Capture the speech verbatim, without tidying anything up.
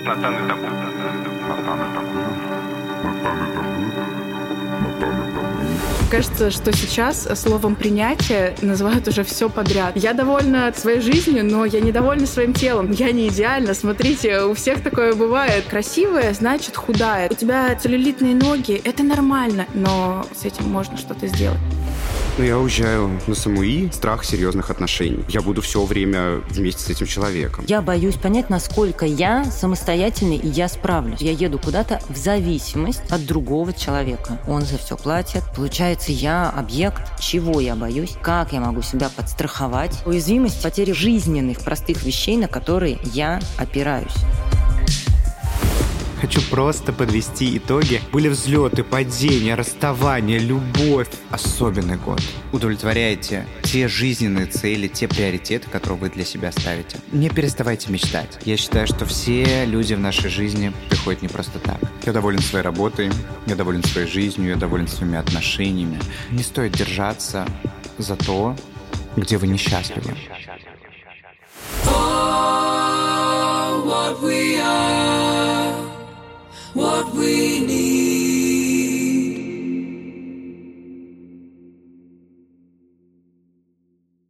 Натан и Табу. Кажется, что сейчас словом «принятие» называют уже все подряд. Я довольна своей жизнью, но я недовольна своим телом. Я не идеальна. Смотрите, у всех такое бывает. Красивая значит худая. У тебя целлюлитные ноги — это нормально, но с этим можно что-то сделать. Но я уезжаю на Самуи, страх серьезных отношений. Я буду все время вместе с этим человеком. Я боюсь понять, насколько я самостоятельный и я справлюсь. Я еду куда-то в зависимость от другого человека. Он за все платит. Получается, я объект. Чего я боюсь? Как я могу себя подстраховать? Уязвимость, потери жизненных простых вещей, на которые я опираюсь. Хочу просто подвести итоги. Были взлеты, падения, расставания, любовь. Особенный год. Удовлетворяйте те жизненные цели, те приоритеты, которые вы для себя ставите. Не переставайте мечтать. Я считаю, что все люди в нашей жизни приходят не просто так. Я доволен своей работой, я доволен своей жизнью, я доволен своими отношениями. Не стоит держаться за то, где вы несчастливы. What we need.